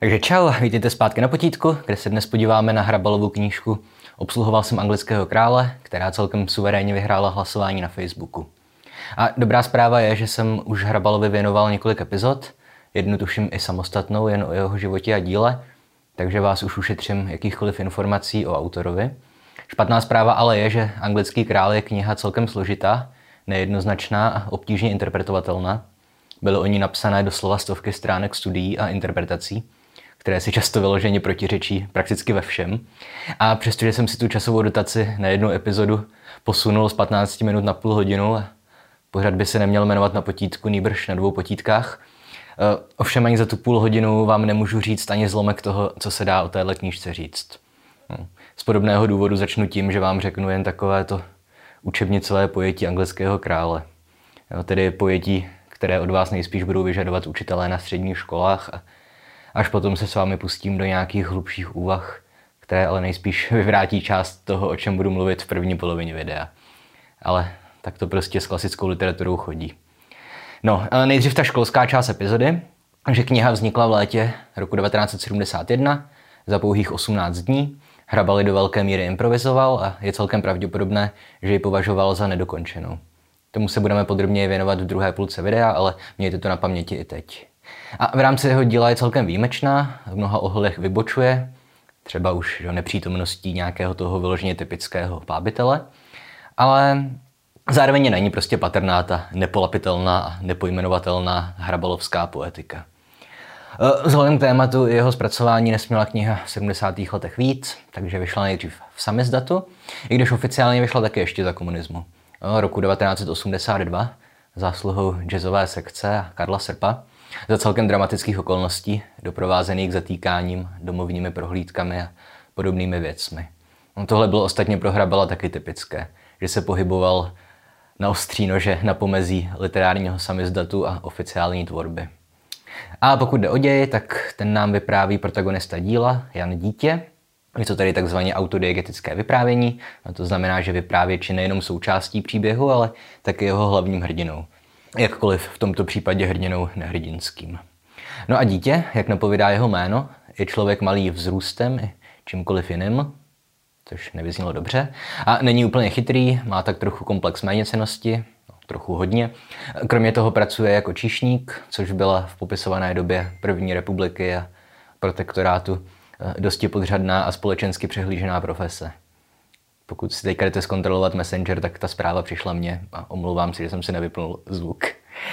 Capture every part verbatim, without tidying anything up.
Takže čau, vítejte zpátky na potítku, kde se dnes podíváme na Hrabalovu knížku Obsluhoval jsem anglického krále, která celkem suverénně vyhrála hlasování na Facebooku. A dobrá zpráva je, že jsem už Hrabalovi věnoval několik epizod, jednu tuším i samostatnou, jen o jeho životě a díle, takže vás už ušetřím jakýchkoliv informací o autorovi. Špatná zpráva ale je, že Anglický král je kniha celkem složitá, nejednoznačná a obtížně interpretovatelná. Byly o ní napsané doslova stovky stránek studií a interpretací, které si často vyloženě protiřečí prakticky ve všem. A přestože jsem si tu časovou dotaci na jednu epizodu posunul z patnácti minut na půl hodinu, pořad by se neměl jmenovat na potítku, nýbrž na dvou potítkách. Ovšem ani za tu půl hodinu vám nemůžu říct ani zlomek toho, co se dá o téhle knížce říct. Z podobného důvodu začnu tím, že vám řeknu jen takovéto učebnicové pojetí anglického krále. Tedy pojetí, které od vás nejspíš budou vyžadovat učitelé na středních školách, a až potom se s vámi pustím do nějakých hlubších úvah, které ale nejspíš vyvrátí část toho, o čem budu mluvit v první polovině videa. Ale tak to prostě s klasickou literaturou chodí. No, nejdřív ta školská část epizody, že kniha vznikla v létě roku devatenáct set sedmdesát jedna za pouhých osmnáct dní. Hrabal ji do velké míry improvizoval a je celkem pravděpodobné, že ji považoval za nedokončenou. Tomu se budeme podrobněji věnovat v druhé půlce videa, ale mějte to na paměti i teď. A v rámci jeho díla je celkem výjimečná, v mnoha ohledech vybočuje, třeba už do nepřítomností nějakého toho vyloženě typického pábitele, ale zároveň není prostě patrná ta nepolapitelná a nepojmenovatelná hrabalovská poetika. Vzhledem k tématu jeho zpracování nesměla kniha v sedmdesátých letech víc, takže vyšla nejdřív v samizdatu, i když oficiálně vyšla také ještě za komunismu. Roku devatenáct set osmdesát dva zásluhou jazzové sekce a Karla Srpa za celkem dramatických okolností, doprovázených zatýkáním, domovními prohlídkami a podobnými věcmi. No, tohle bylo ostatně pro Hrabala taky typické, že se pohyboval na ostří nože na pomezí literárního samizdatu a oficiální tvorby. A pokud jde o děj, tak ten nám vypráví protagonista díla, Jan Dítě. Je to tedy takzvaně autodiegetické vyprávění, a to znamená, že vyprávěč je nejenom součástí příběhu, ale taky jeho hlavním hrdinou. Jakkoliv v tomto případě hrdinou nehrdinským. No a dítě, jak napovídá jeho jméno, je člověk malý vzrůstem i čímkoliv jiným, což nevyznělo dobře, a není úplně chytrý, má tak trochu komplex méněcennosti, no, trochu hodně. Kromě toho pracuje jako číšník, což byla v popisované době první republiky a protektorátu dosti podřadná a společensky přehlížená profese. Pokud si teďka jdete zkontrolovat Messenger, tak ta zpráva přišla mně a omlouvám si, že jsem si nevypnul zvuk.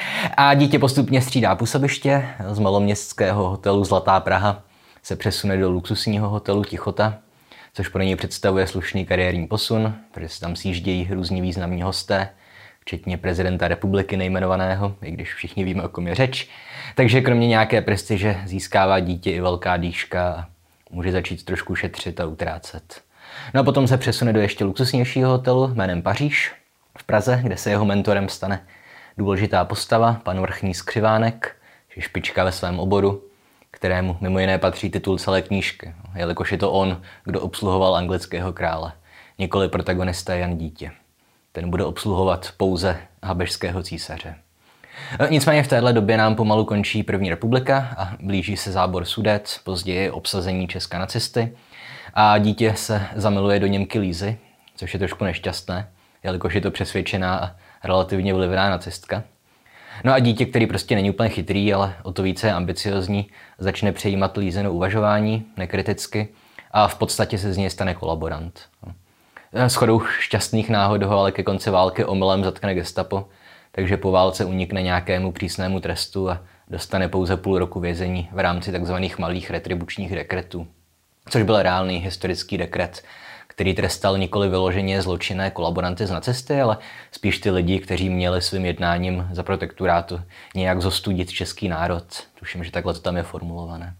A dítě postupně střídá působiště, z maloměstského hotelu Zlatá Praha se přesune do luxusního hotelu Tichota, což pro něj představuje slušný kariérní posun, protože se tam sjíždějí různí významní hosté, včetně prezidenta republiky nejmenovaného, i když všichni víme, o kom je řeč. Takže kromě nějaké prestiže získává dítě i velká dýška a může začít trošku šetřit a utrácet. No a potom se přesune do ještě luxusnějšího hotelu jménem Paříž v Praze, kde se jeho mentorem stane důležitá postava, pan vrchní Skřivánek, špička ve svém oboru, kterému mimo jiné patří titul celé knížky, jelikož je to on, kdo obsluhoval anglického krále, nikoli protagonista Jan Dítě. Ten bude obsluhovat pouze habešského císaře. Nicméně v téhle době nám pomalu končí první republika a blíží se zábor Sudet, později obsazení Česka nacisty a dítě se zamiluje do Němky Lízy, což je trošku nešťastné, jelikož je to přesvědčená a relativně vlivná nacistka. No a dítě, který prostě není úplně chytrý, ale o to více je ambiciozní, začne přejímat Lízino uvažování, nekriticky, a v podstatě se z něj stane kolaborant. Shodou šťastných náhod ho ale ke konci války omylem zatkne gestapo, takže po válce unikne nějakému přísnému trestu a dostane pouze půl roku vězení v rámci tzv. Malých retribučních dekretů, což byl reálný historický dekret, který trestal nikoli vyloženě zločinné kolaboranty z nacisty, ale spíš ty lidi, kteří měli svým jednáním za protektorátu nějak zostudit český národ. Tuším, že takhle to tam je formulované.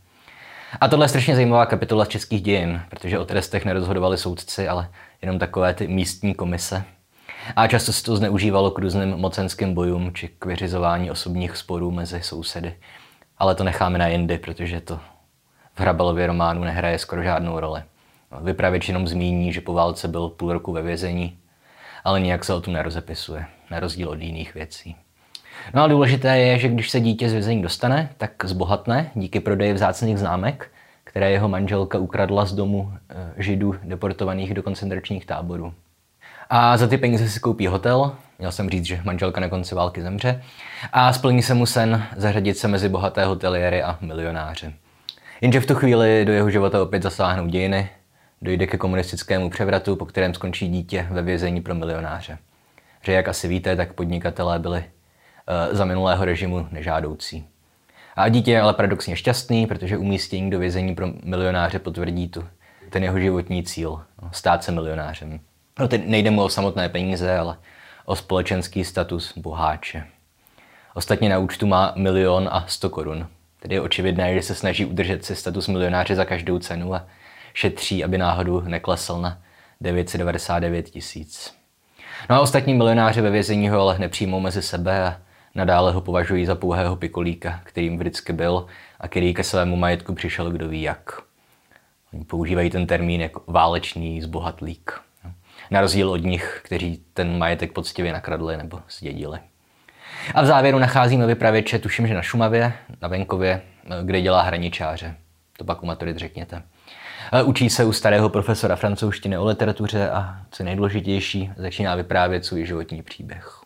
A tohle je strašně zajímavá kapitola z českých dějin, protože o trestech nerozhodovali soudci, ale jenom takové ty místní komise. A často se to zneužívalo k různým mocenským bojům či k vyřizování osobních sporů mezi sousedy. Ale to necháme na jindy, protože to v Hrabalově románu nehraje skoro žádnou roli. Vypravěč jenom zmíní, že po válce byl půl roku ve vězení, ale nijak se o tom nerozepisuje, na rozdíl od jiných věcí. No a důležité je, že když se dítě z vězení dostane, tak zbohatne díky prodeji vzácných známek, které jeho manželka ukradla z domu Židů deportovaných do koncentračních táborů. A za ty peníze si koupí hotel, měl jsem říct, že manželka na konci války zemře, a splní se mu sen zařadit se mezi bohaté hoteliéry a milionáře. Jenže v tu chvíli do jeho života opět zasáhnou dějiny, dojde ke komunistickému převratu, po kterém skončí dítě ve vězení pro milionáře. Že jak asi víte, tak podnikatelé byli e, za minulého režimu nežádoucí. A dítě je ale paradoxně šťastný, protože umístění do vězení pro milionáře potvrdí tu, ten jeho životní cíl, no, stát se milionářem. No, teď nejde mu o samotné peníze, ale o společenský status boháče. Ostatně na účtu má milion a sto korun. Tedy je očividné, že se snaží udržet si status milionáře za každou cenu a šetří, aby náhodou neklesl na devět set devadesát devět tisíc. No a ostatní milionáři ve vězení ho ale nepřijmou mezi sebe a nadále ho považují za pouhého pikolíka, kterým vždycky byl a který ke svému majetku přišel kdo ví jak. Oni používají ten termín jako válečný zbohatlík. Na rozdíl od nich, kteří ten majetek poctivě nakradli nebo zdědili. A v závěru nacházíme vypravěče, tuším, že na Šumavě, na venkově, kde dělá hraničáře. To pak u maturit řekněte. Učí se u starého profesora francouzštiny o literatuře a, co nejdůležitější, začíná vyprávět svůj životní příběh.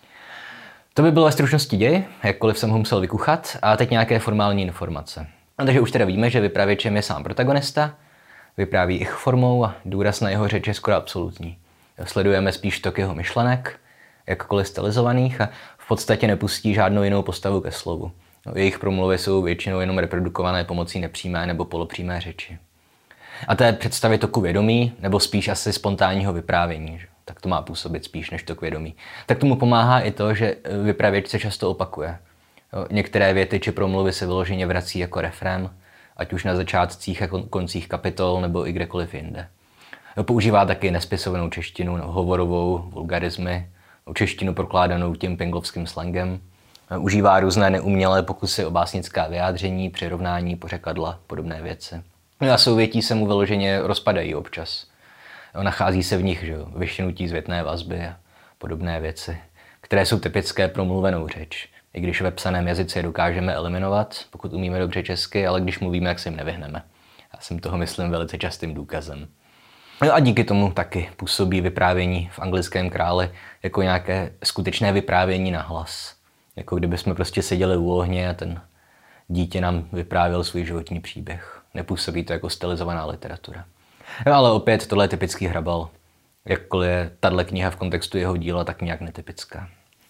To by bylo ve stručnosti děj, jakkoliv jsem ho musel vykuchat, a teď nějaké formální informace. No, takže už teda víme, že vypravěčem je sám protagonista, vypráví ich formou a důraz na jeho řeč je skoro absolutní. Sledujeme spíš tok jeho myšlenek, jakkoliv stylizovaných, a v podstatě nepustí žádnou jinou postavu ke slovu. Jejich promluvy jsou většinou jenom reprodukované pomocí nepřímé nebo polopřímé řeči. A té představy toku vědomí, nebo spíš asi spontánního vyprávění, že? Tak to má působit spíš než tok vědomí. Tak tomu pomáhá i to, že vypravěč se často opakuje. Některé věty či promluvy se vyloženě vrací jako refrén, ať už na začátcích a koncích kapitol, nebo i kdekoliv jinde. Používá taky nespisovanou češtinu, hovorovou, vulgarizmy, češtinu prokládanou tím pinglovským slangem. Užívá různé neumělé pokusy o básnická vyjádření, přirovnání, pořekadla, podobné věci. A souvětí se mu vyloženě rozpadají občas. Nachází se v nich že, vyšinutí zvětné vazby a podobné věci, které jsou typické pro mluvenou řeč. I když ve psaném jazyce je dokážeme eliminovat, pokud umíme dobře česky, ale když mluvíme, jak se jim nevyhneme. Já jsem toho, myslím, velice častým důkazem. No a díky tomu taky působí vyprávění v Anglickém králi jako nějaké skutečné vyprávění na hlas. Jako kdyby jsme prostě seděli u ohně a ten dítě nám vyprávěl svůj životní příběh. Nepůsobí to jako stylizovaná literatura. No, ale opět tohle je typický Hrabal. Jakkoliv je tato kniha v kontextu jeho díla tak nějak netypická.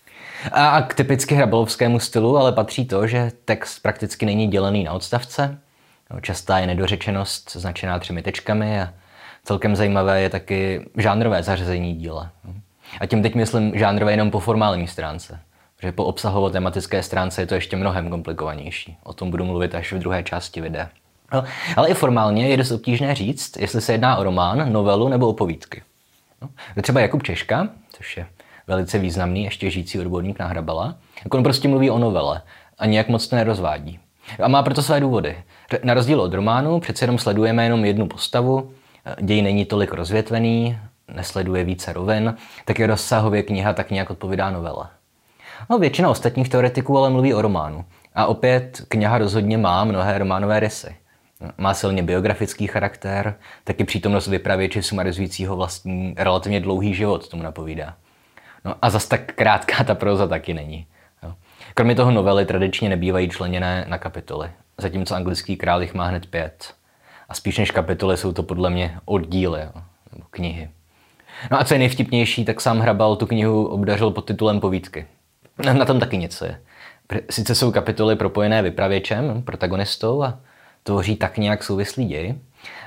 A k typicky hrabalovskému stylu ale patří to, že text prakticky není dělený na odstavce. Častá je nedořečenost značená třemi tečkami a celkem zajímavé je taky žánrové zařazení díla. A tím teď myslím žánrové jenom po formální stránce. Protože po obsahovo-tematické stránce je to ještě mnohem komplikovanější. O tom budu mluvit až v druhé části videa. No, ale i formálně je dost obtížné říct, jestli se jedná o román, novelu nebo o povídky. No, třeba Jakub Češka, což je velice významný, ještě žijící odborník na Hrabala, jako on prostě mluví o novele a nějak moc to nerozvádí. A má proto své důvody. Na rozdíl od románu přece jenom sledujeme jenom jednu postavu, děj není tolik rozvětvený, nesleduje více rovin, tak je rozsahově kniha tak nějak odpovídá novele. No, většina ostatních teoretiků ale mluví o románu. A opět kniha rozhodně má mnohé románové rysy. Má silně biografický charakter, taky přítomnost vypravěče sumarizujícího vlastní relativně dlouhý život tomu napovídá. No a zas tak krátká ta proza taky není. Jo. Kromě toho novely tradičně nebývají členěné na kapitoly, zatímco Anglický král jich má hned pět. A spíš než kapitoly jsou to podle mě oddíly, jo, nebo knihy. No a co je nejvtipnější, tak sám Hrabal tu knihu obdařil pod titulem povídky. Na tom taky něco je. Sice jsou kapitoly propojené vypravěčem, protagonistou a tvoří tak nějak souvislý děj.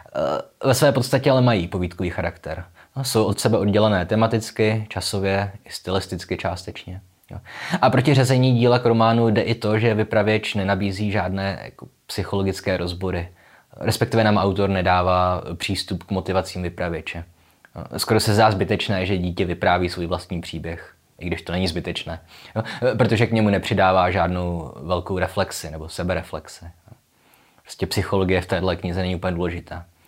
Ve své podstatě ale mají povídkový charakter. Jsou od sebe oddělené tematicky, časově i stylisticky částečně. A proti řazení díla k románu jde i to, že vypravěč nenabízí žádné jako psychologické rozbory. Respektive nám autor nedává přístup k motivacím vypravěče. Skoro se zdá zbytečné, že dítě vypráví svůj vlastní příběh. I když to není zbytečné. Protože k němu nepřidává žádnou velkou reflexi nebo sebereflexi. Prostě psychologie v téhle knize není úplně důležitá.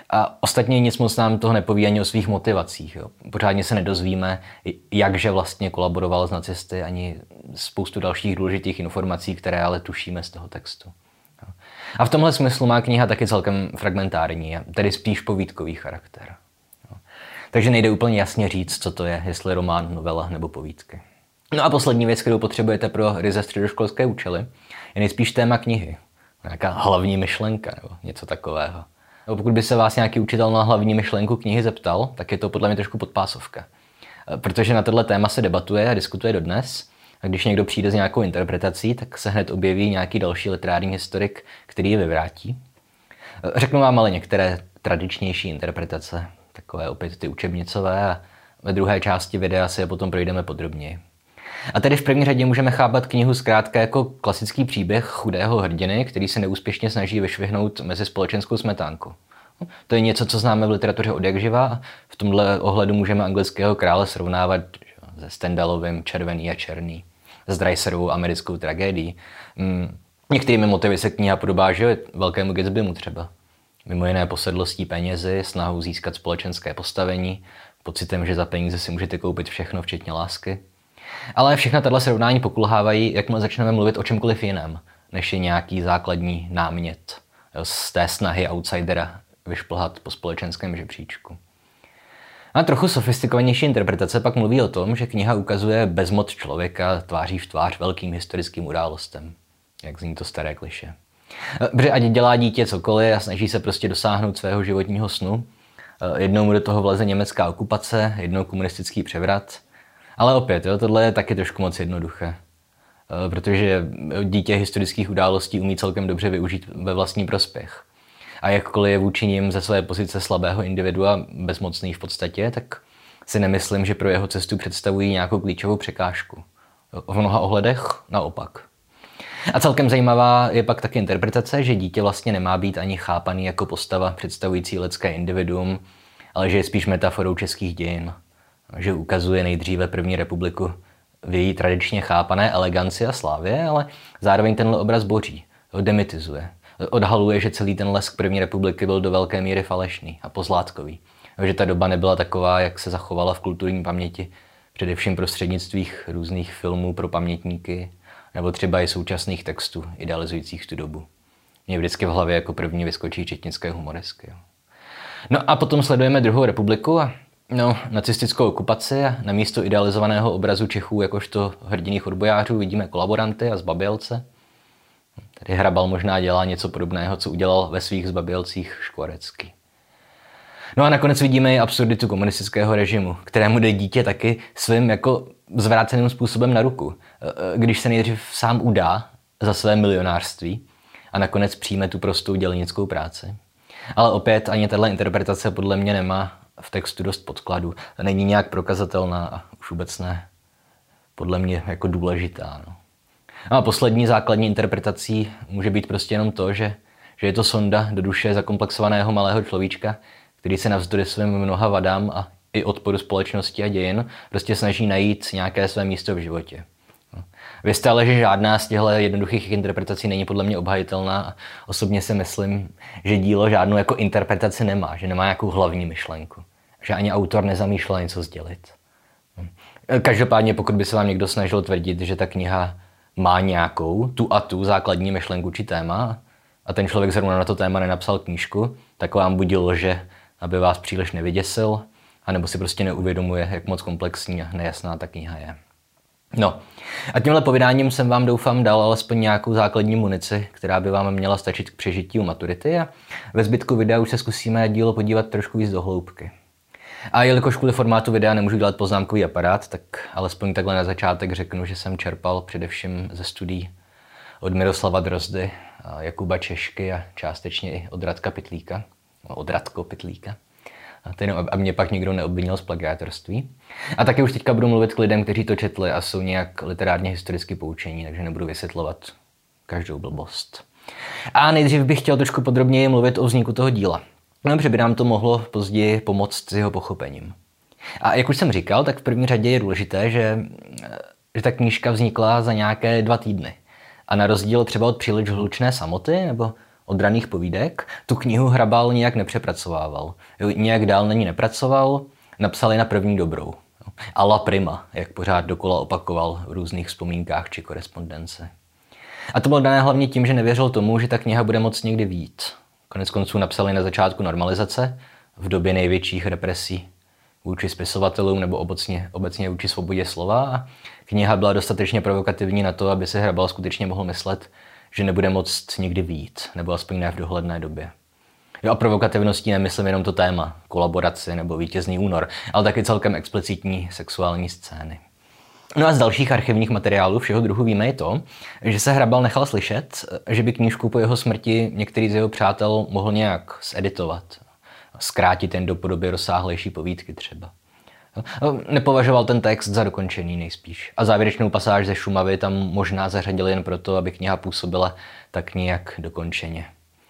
A ostatně nic moc nám toho nepoví ani o svých motivacích. Jo. Pořádně se nedozvíme, jakže vlastně kolaboroval s nacisty, ani spoustu dalších důležitých informací, které ale tušíme z toho textu. Jo. A v tomhle smyslu má kniha taky celkem fragmentární, tedy spíš povídkový charakter. Jo. Takže nejde úplně jasně říct, co to je, jestli román, novela nebo povídky. No a poslední věc, kterou potřebujete pro ryze středoškolské účely, je nejspíš téma knihy. Nějaká hlavní myšlenka nebo něco takového. Nebo pokud by se vás nějaký učitel na hlavní myšlenku knihy zeptal, tak je to podle mě trošku podpásovka. Protože na tohle téma se debatuje a diskutuje dodnes. A když někdo přijde s nějakou interpretací, tak se hned objeví nějaký další literární historik, který ji vyvrátí. Řeknu vám ale některé tradičnější interpretace, takové opět ty učebnicové, a ve druhé části videa si je potom projdeme podrobněji. A tedy v první řadě můžeme chápat knihu zkrátka jako klasický příběh chudého hrdiny, který se neúspěšně snaží vyšvihnout mezi společenskou smetánku. To je něco, co známe v literatuře odjakživa a v tomhle ohledu můžeme Anglického krále srovnávat se Stendalovým Červený a černý, s Dreiserovou americkou tragédií. Některými motivy se kniha podobá, že velkému Gatsbymu třeba. Mimo jiné posedlostí penězi, snahou získat společenské postavení, pocitem, že za peníze si můžete koupit všechno, včetně lásky. Ale všechna tato srovnání pokulhávají, jakmile začneme mluvit o čemkoliv jiném, než je nějaký základní námět z té snahy outsidera vyšplhat po společenském žebříčku. A trochu sofistikovanější interpretace pak mluví o tom, že kniha ukazuje bezmoc člověka tváří v tvář velkým historickým událostem. Jak zní to staré klišé. Protože ať dělá dítě cokoliv a snaží se prostě dosáhnout svého životního snu, jednou mu do toho vleze německá okupace, jednou komunistický převrat. Ale opět, jo, tohle je taky trošku moc jednoduché. Protože dítě historických událostí umí celkem dobře využít ve vlastní prospěch. A jakkoliv je vůči nim ze své pozice slabého individua bezmocný v podstatě, tak si nemyslím, že pro jeho cestu představují nějakou klíčovou překážku. V mnoha ohledech naopak. A celkem zajímavá je pak taky interpretace, že dítě vlastně nemá být ani chápaný jako postava představující lidské individuum, ale že je spíš metaforou českých dějin. Že ukazuje nejdříve první republiku v její tradičně chápané eleganci a slávě, ale zároveň tenhle obraz boří, ho demitizuje. Odhaluje, že celý ten lesk první republiky byl do velké míry falešný a pozlátkový. Že ta doba nebyla taková, jak se zachovala v kulturní paměti, především prostřednictvím různých filmů pro pamětníky, nebo třeba i současných textů idealizujících tu dobu. Mně vždycky v hlavě jako první vyskočí četnické humoresky. No a potom sledujeme druhou republiku a no, nacistickou okupaci a na místo idealizovaného obrazu Čechů jakožto hrdinných odbojářů vidíme kolaboranty a zbabělce. Tady Hrabal možná dělá něco podobného, co udělal ve svých zbabělcích Škvorecký. No a nakonec vidíme i absurditu komunistického režimu, kterému jde dítě taky svým jako zvráceným způsobem na ruku. Když se nejdřív sám udá za své milionářství a nakonec přijme tu prostou dělnickou práci. Ale opět ani tato interpretace podle mě nemá v textu dost podkladů. Není nějak prokazatelná a už vůbec ne podle mě jako důležitá. No. A poslední základní interpretací může být prostě jenom to, že, že je to sonda do duše zakomplexovaného malého človíčka, který se navzdory svým mnoha vadám a i odporu společnosti a dějin prostě snaží najít nějaké své místo v životě. No. Vězte ale, že žádná z těchto jednoduchých interpretací není podle mě obhajitelná a osobně si myslím, že dílo žádnou jako interpretaci nemá, že nemá nějakou hlavní myšlenku, že ani autor nezamýšlel něco sdělit. Každopádně, pokud by se vám někdo snažil tvrdit, že ta kniha má nějakou tu a tu základní myšlenku či téma a ten člověk zrovna na to téma nenapsal knížku, tak vám buď lže, aby vás příliš nevyděsil, anebo si prostě neuvědomuje, jak moc komplexní a nejasná ta kniha je. No a tímhle povídáním jsem vám doufám dal alespoň nějakou základní munici, která by vám měla stačit k přežití u maturity a ve zbytku videa už se zkusíme dílo podívat trošku víc do hloubky. A jelikož kvůli formátu videa nemůžu dělat poznámkový aparát, tak alespoň takhle na začátek řeknu, že jsem čerpal především ze studií od Miroslava Drozdy, Jakuba Češky a částečně i od Radka Pytlíka, od Radko Pytlíka. A ten, a mě pak nikdo neobvinil z plagiátorství. A taky už teďka budu mluvit k lidem, kteří to četli a jsou nějak literárně historicky poučení, takže nebudu vysvětlovat každou blbost. A nejdřív bych chtěl trošku podrobněji mluvit o vzniku toho díla. No, protože by nám to mohlo později pomoct s jeho pochopením. A jak už jsem říkal, tak v první řadě je důležité, že, že ta knížka vznikla za nějaké dva týdny. A na rozdíl třeba od Příliš hlučné samoty nebo od raných povídek, tu knihu Hrabal nijak nepřepracovával. Nijak dál na ní nepracoval, napsal ji na první dobrou. Alla prima, jak pořád dokola opakoval v různých vzpomínkách či korespondence. A to bylo dané hlavně tím, že nevěřil tomu, že ta kniha bude moc někdy vyjít. Konec konců napsali na začátku normalizace, v době největších represí vůči spisovatelům nebo obecně, obecně vůči svobodě slova. A kniha byla dostatečně provokativní na to, aby si Hrabal skutečně mohl myslet, že nebude moct nikdy vyjít, nebo aspoň ne v dohledné době. Jo, a provokativností nemyslím jenom to téma, kolaboraci nebo vítězný únor, ale taky celkem explicitní sexuální scény. No a z dalších archivních materiálů všeho druhu víme i to, že se Hrabal nechal slyšet, že by knížku po jeho smrti některý z jeho přátel mohl nějak zeditovat, zkrátit jen do podoby rozsáhlejší povídky třeba. Nepovažoval ten text za dokončený nejspíš. A závěrečnou pasáž ze Šumavy tam možná zařadil jen proto, aby kniha působila tak nějak dokončeně.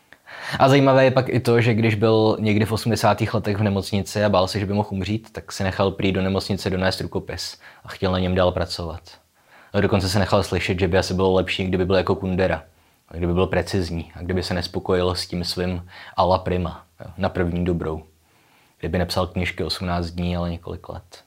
A zajímavé je pak i to, že když byl někdy v osmdesátých letech v nemocnici a bál se, že by mohl umřít, tak si nechal prý do nemocnice donést rukopis a chtěl na něm dál pracovat. A dokonce se nechal slyšet, že by asi bylo lepší, kdyby byl jako Kundera, kdyby byl precizní a kdyby se nespokojil s tím svým alla prima, na první dobrou. Kdyby nepsal knížky osmnáct dní, ale několik let.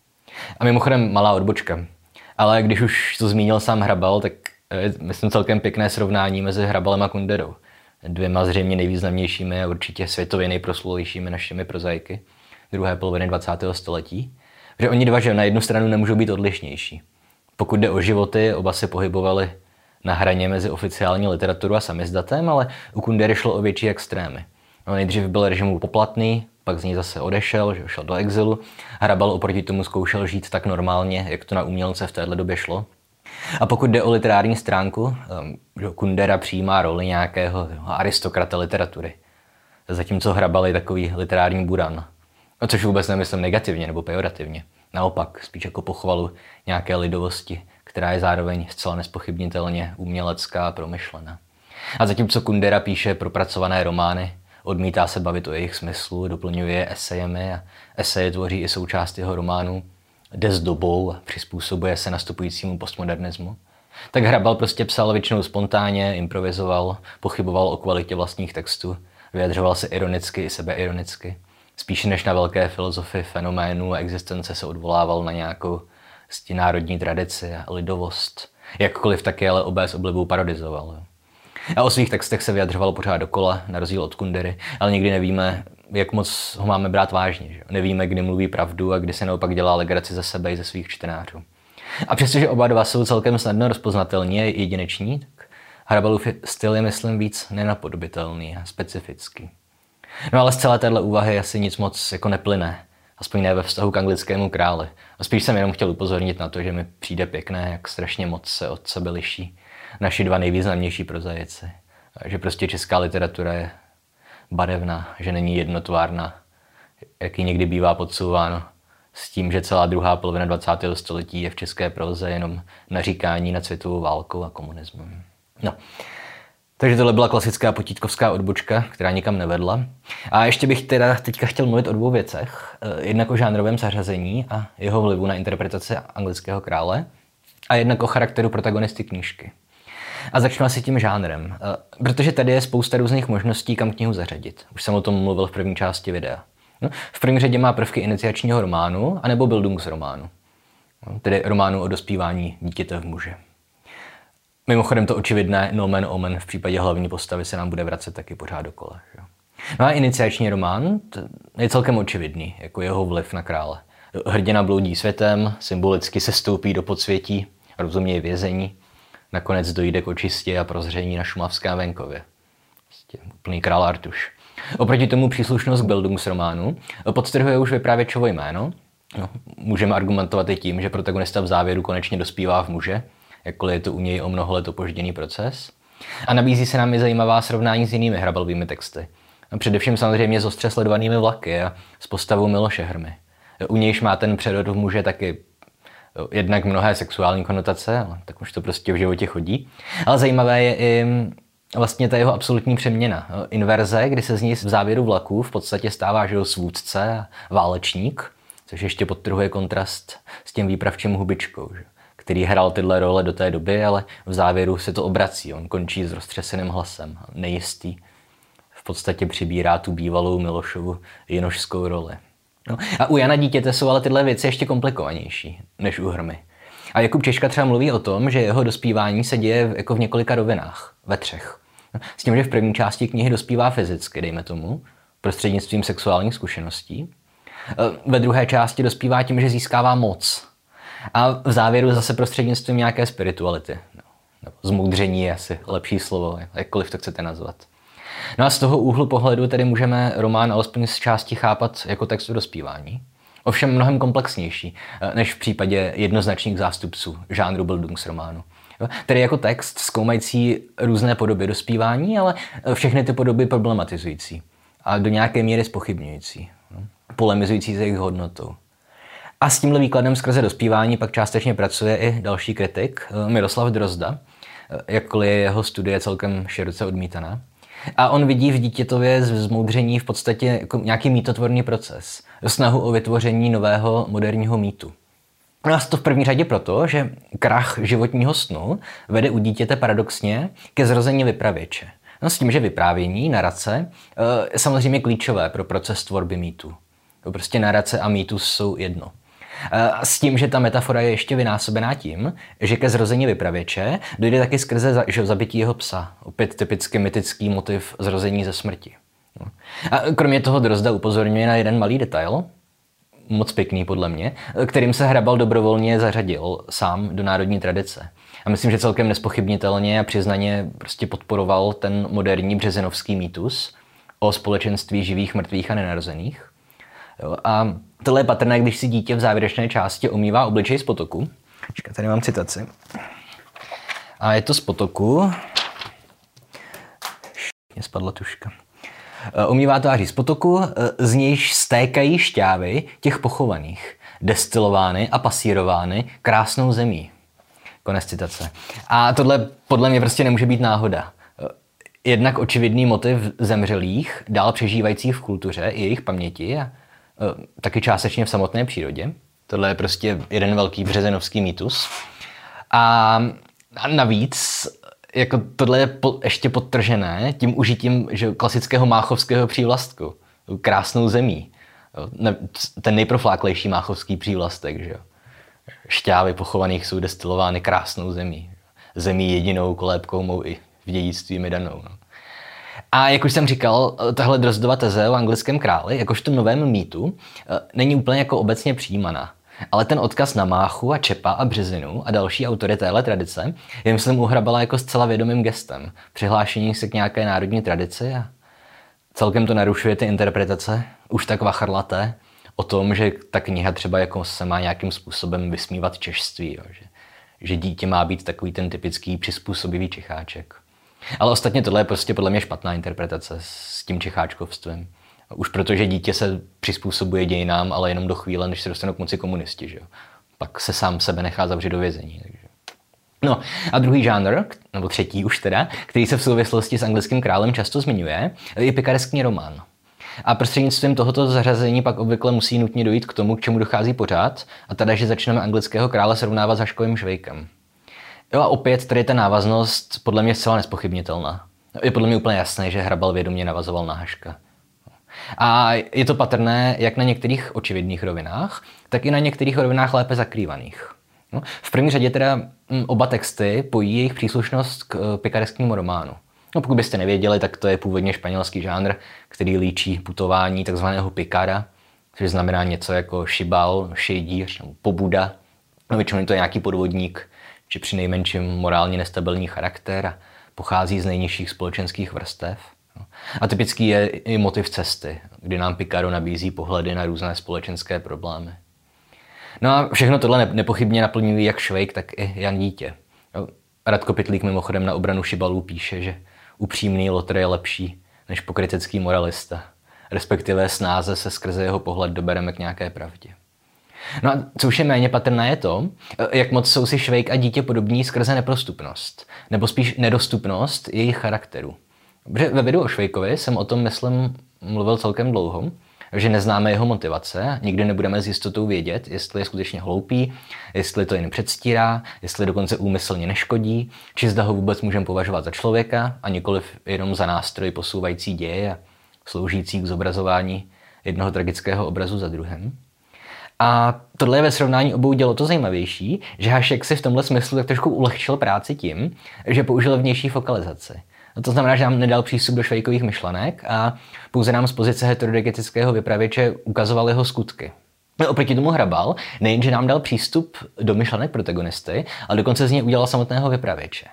A mimochodem malá odbočka. Ale když už to zmínil sám Hrabal, tak je, myslím, celkem pěkné srovnání mezi Hrabalem a Kunderou. Dvěma zřejmě nejvýznamnějšími a určitě světově nejproslulejšími našimi prozaiky druhé poloviny dvacátého století. Že oni dva, že na jednu stranu nemůžou být odlišnější. Pokud jde o životy, oba se pohybovali na hraně mezi oficiální literaturou a samizdatem, ale u Kundery šlo o větší extrémy. No, nejdřív byl režimu poplatný, pak z něj zase odešel, že šel do exilu. Hrabal oproti tomu zkoušel žít tak normálně, jak to na umělce v téhle době šlo. A pokud jde o literární stránku, že Kundera přijímá roli nějakého aristokrata literatury. Zatímco Hrabal je takový literární buran. No, což vůbec nemyslím negativně nebo pejorativně. Naopak, spíš jako pochvalu nějaké lidovosti, která je zároveň zcela nespochybnitelně umělecká a promyšlená. A zatímco Kundera píše propracované romány, odmítá se bavit o jejich smyslu, doplňuje je esejemi a eseje tvoří i součást jeho románu, jde s dobou a přizpůsobuje se nastupujícímu postmodernismu. Tak Hrabal prostě psal většinou spontánně, improvizoval, pochyboval o kvalitě vlastních textů, vyjadřoval se ironicky i sebeironicky. Spíše než na velké filozofii fenoménů a existence se odvolával na nějakou národní tradici a lidovost. Jakkoliv taky ale obé s oblibou parodizoval. A o svých textech se vyjadřoval pořád dokola, na rozdíl od Kundery, ale nikdy nevíme, jak moc ho máme brát vážně. Že? Nevíme, kdy mluví pravdu a kdy se naopak dělá legraci ze sebe i ze svých čtenářů. A přestože oba dva jsou celkem snadno rozpoznatelní a jedineční, tak Hrabalův styl je, myslím, víc nenapodobitelný a specifický. No ale z celé téhle úvahy asi nic moc jako neplyne, aspoň ne ve vztahu k anglickému králi. A spíš jsem jenom chtěl upozornit na to, že mi přijde pěkné, jak strašně moc se od sebe liší naši dva nejvýznamnější prozaici. Že prostě česká literatura je barevná, že není jednotvárná, jak ji někdy bývá podsouváno, s tím, že celá druhá polovina dvacátého století je v české proze jenom naříkání nad světovou válkou a komunismem. No. Takže tohle byla klasická potítkovská odbočka, která nikam nevedla. A ještě bych teda teďka chtěl mluvit o dvou věcech. Jednak o žánrovém zařazení a jeho vlivu na interpretaci anglického krále a jednak o charakteru protagonisty knížky. A začnu asi tím žánrem, protože tady je spousta různých možností, kam knihu zařadit. Už jsem o tom mluvil v první části videa. No, v první řadě má prvky iniciačního románu anebo Bildungsrománu, no, tedy románu o dospívání dítěte v muže. Mimochodem to očividné nomen omen v případě hlavní postavy se nám bude vracet taky pořád dokola. Jo. No a iniciační román je celkem očividný, jako jeho vliv na krále. Hrdina bloudí světem, symbolicky se stoupí do podsvětí, rozuměj vězení, nakonec dojde k očistě a prozření na šumavském venkově. Vlastně úplný král Artuš. Oproti tomu příslušnost k Bildungsrománu podtrhuje už vypravěčovo jméno. No, můžeme argumentovat i tím, že protagonista v závěru konečně dospívá v muže, jakkoliv je to u něj o mnoho let opožděný proces. A nabízí se nám i zajímavá srovnání s jinými Hrabalovými texty. A především samozřejmě s ostře sledovanými vlaky a s postavou Miloše Hrmy. U nějž má ten přerod v muže taky jednak mnohé sexuální konotace, ale tak už to prostě v životě chodí. Ale zajímavé je i vlastně ta jeho absolutní přeměna. Inverze, kdy se z ní v závěru vlaku v podstatě stává, že svůdce a válečník, což ještě podtrhuje kontrast s tím výpravčím Hubičkou, že? který hrál tyhle role do té doby, ale v závěru se to obrací. On končí s roztřeseným hlasem, nejistý. V podstatě přibírá tu bývalou Milošovu jinošskou roli. No, a u Jana Dítěte jsou ale tyhle věci ještě komplikovanější než u Hrmy. A Jakub Češka třeba mluví o tom, že jeho dospívání se děje jako v několika rovinách, ve třech. S tím, že v první části knihy dospívá fyzicky, dejme tomu, prostřednictvím sexuálních zkušeností. Ve druhé části dospívá tím, že získává moc. A v závěru zase prostřednictvím nějaké spirituality. No, zmoudření je asi lepší slovo, jakkoliv to chcete nazvat. No a z toho úhlu pohledu tedy můžeme román alespoň z části chápat jako text o dospívání. Ovšem mnohem komplexnější, než v případě jednoznačných zástupců žánru Bildungsrománu. Tedy jako text zkoumající různé podoby dospívání, ale všechny ty podoby problematizující a do nějaké míry zpochybňující, polemizující s jejich hodnotou. A s tímhle výkladem skrze dospívání pak částečně pracuje i další kritik, Miroslav Drozda, jakkoliv je jeho studie celkem široce odmítaná. A on vidí v dítětově zmoudření v podstatě jako nějaký mýtotvorný proces, snahu o vytvoření nového moderního mýtu. No a to v první řadě proto, že krach životního snu vede u dítěte paradoxně ke zrození vypravěče. No s tím, že vyprávění, narace, je samozřejmě klíčové pro proces tvorby mýtu. Prostě narace a mýtus jsou jedno. A s tím, že ta metafora je ještě vynásobená tím, že ke zrození vypravěče dojde taky skrze zabití jeho psa. Opět typicky mytický motiv zrození ze smrti. A kromě toho Drozda upozorňuje na jeden malý detail, moc pěkný podle mě, kterým se Hrabal dobrovolně zařadil sám do národní tradice. A myslím, že celkem nespochybnitelně a přiznaně prostě podporoval ten moderní březinovský mýtus o společenství živých, mrtvých a nenarozených. Jo, a tohle je patrné, když si dítě v závěrečné části omývá obličej z potoku. Počkej, tady mám citaci. A je to z potoku. Mě spadla tuška. Omývá tváří z potoku, z nějž stékají šťávy těch pochovaných, destilovány a pasírovány krásnou zemí. Konec citace. A tohle podle mě prostě nemůže být náhoda. Jednak očividný motiv zemřelých, dál přežívajících v kultuře i jejich paměti a taky částečně v samotné přírodě. Tohle je prostě jeden velký březinovský mýtus. A navíc jako tohle je po, ještě podtržené tím užitím že, klasického máchovského přívlastku. Krásnou zemí. Ne, ten nejprofláklejší máchovský přívlastek. Že? Šťávy pochovaných jsou destilovány krásnou zemí. Zemí jedinou kolébkou mou i v dědictví mi danou. No. A jak už jsem říkal, tahle Drozdova teze o anglickém králi, jakožto novém mýtu, není úplně jako obecně přijímaná. Ale ten odkaz na Máchu a Čepa a Březinu a další autory téhle tradice je, myslím, u Hrabala jako zcela vědomým gestem, přihlášení se k nějaké národní tradici a celkem to narušuje ty interpretace, už tak vachrlaté, o tom, že ta kniha třeba jako se má nějakým způsobem vysmívat češství, jo, že, že dítě má být takový ten typický přizpůsobivý Čecháček. Ale ostatně tohle je prostě podle mě špatná interpretace s tím čecháčkovstvím. Už protože dítě se přizpůsobuje dějinám, ale jenom do chvíle, než se dostanou k moci komunisti. Že jo? Pak se sám sebe nechá zavřít do vězení. Takže. No a druhý žánr, nebo třetí už teda, který se v souvislosti s anglickým králem často zmiňuje, je pikareskní román. A prostřednictvím tohoto zařazení pak obvykle musí nutně dojít k tomu, k čemu dochází pořád, a teda, že začneme anglického krále srovnávat s Haškovým Švejkem. Jo a opět tady ta návaznost podle mě zcela nespochybnitelná. Je podle mě úplně jasné, že Hrabal vědomě navazoval na Haška. A je to patrné jak na některých očividných rovinách, tak i na některých rovinách lépe zakrývaných. No, v první řadě teda oba texty pojí jejich příslušnost k pikaresknímu románu. No, pokud byste nevěděli, tak to je původně španělský žánr, který líčí putování takzvaného pikara, což znamená něco jako šibal, šejdíř, nebo pobuda. No, většinou to je nějaký podvodník, či přinejmenším morálně nestabilní charakter a pochází z nejnižších společenských vrstev. A typický je i motiv cesty, kdy nám Picaro nabízí pohledy na různé společenské problémy. No a všechno tohle nepochybně naplňují jak Švejk, tak i Jan Dítě. Radko Pytlík mimochodem na obranu šibalů píše, že upřímný lotr je lepší než pokrytecký moralista, respektive snáze se skrze jeho pohled dobereme k nějaké pravdě. No a co už je méně patrné je to, jak moc jsou si Švejk a Dítě podobní skrze neprostupnost, nebo spíš nedostupnost jejich charakteru. Protože ve videu o Švejkovi jsem o tom, myslím, mluvil celkem dlouho. že neznáme jeho motivace, nikdy nebudeme s jistotou vědět, jestli je skutečně hloupý, jestli to jen předstírá, jestli dokonce úmyslně neškodí, či zda ho vůbec můžeme považovat za člověka a nikoliv jenom za nástroj posouvající děje a sloužící k zobrazování jednoho tragického obrazu za druhým. A tohle je ve srovnání obou dělo to zajímavější, že Hašek si v tomhle smyslu tak trošku ulehčil práci tím, že použil vnější fokalizaci. No to znamená, že nám nedal přístup do Švejkových myšlenek a pouze nám z pozice heterodegetického vypravěče ukazoval jeho skutky. No, oproti tomu Hrabal nejenže nám dal přístup do myšlenek protagonisty, ale dokonce z něj udělal samotného vypravěče.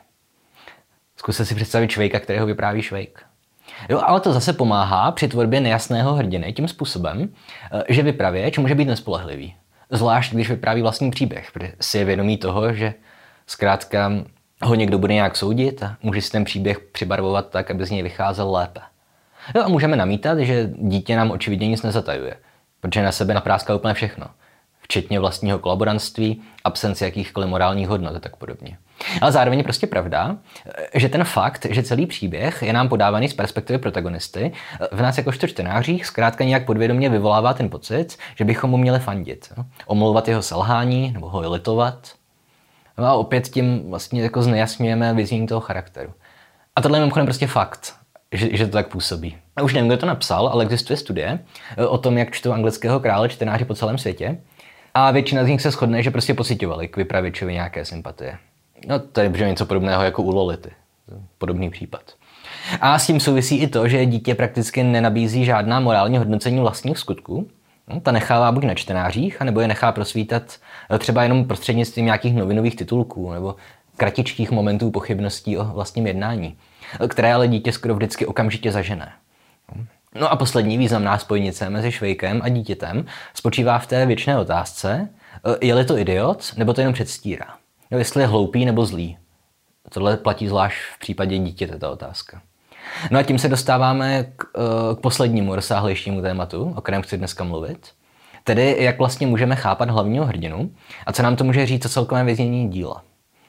Zkuste si představit Švejka, kterého vypráví Švejk. Jo, ale to zase pomáhá při tvorbě nejasného hrdiny tím způsobem, že vypravěč může být nespolehlivý. Zvlášť, když vypráví vlastní příběh, protože si je vědomý toho, že zkrátka ho někdo bude nějak soudit a může si ten příběh přibarvovat tak, aby z něj vycházel lépe. Jo, a můžeme namítat, že dítě nám očividně nic nezatajuje, protože na sebe napráská úplně všechno, včetně vlastního kolaborantství, absence jakýchkoliv morálních hodnot a tak podobně. Ale zároveň je prostě pravda, že ten fakt, že celý příběh je nám podávaný z perspektivy protagonisty, v nás jakožto čtenářích zkrátka nějak podvědomě vyvolává ten pocit, že bychom mu měli fandit, jo? Omlouvat jeho selhání nebo ho litovat. No a opět tím vlastně jako znejasňujeme vyznění toho charakteru. A tohle je mimochodem prostě fakt, že, že to tak působí. A už nevím, kdo to napsal, ale existuje studie o tom, jak čtou Anglického krále čtenáři po celém světě. A většina z nich se shodne, že prostě pociťovali k vypravěčovi nějaké sympatie. No to je něco podobného jako u Lolity. Podobný případ. A s tím souvisí i to, že dítě prakticky nenabízí žádná morální hodnocení vlastních skutků. No, ta nechává buď na čtenářích, anebo je nechá prosvítat třeba jenom prostřednictvím nějakých novinových titulků nebo kratičkých momentů pochybností o vlastním jednání, které ale dítě skoro vždycky okamžitě zažene. No a poslední významná spojnice mezi Švejkem a dítětem spočívá v té věčné otázce, je-li to idiot, nebo to jenom předstírá. No, jestli je hloupý nebo zlý. Tohle platí zvlášť v případě dítěte, ta otázka. No a tím se dostáváme k, k poslednímu rozsáhlejšímu tématu, o kterém chci dneska mluvit. Tedy, jak vlastně můžeme chápat hlavního hrdinu a co nám to může říct o celkovém věznění díla.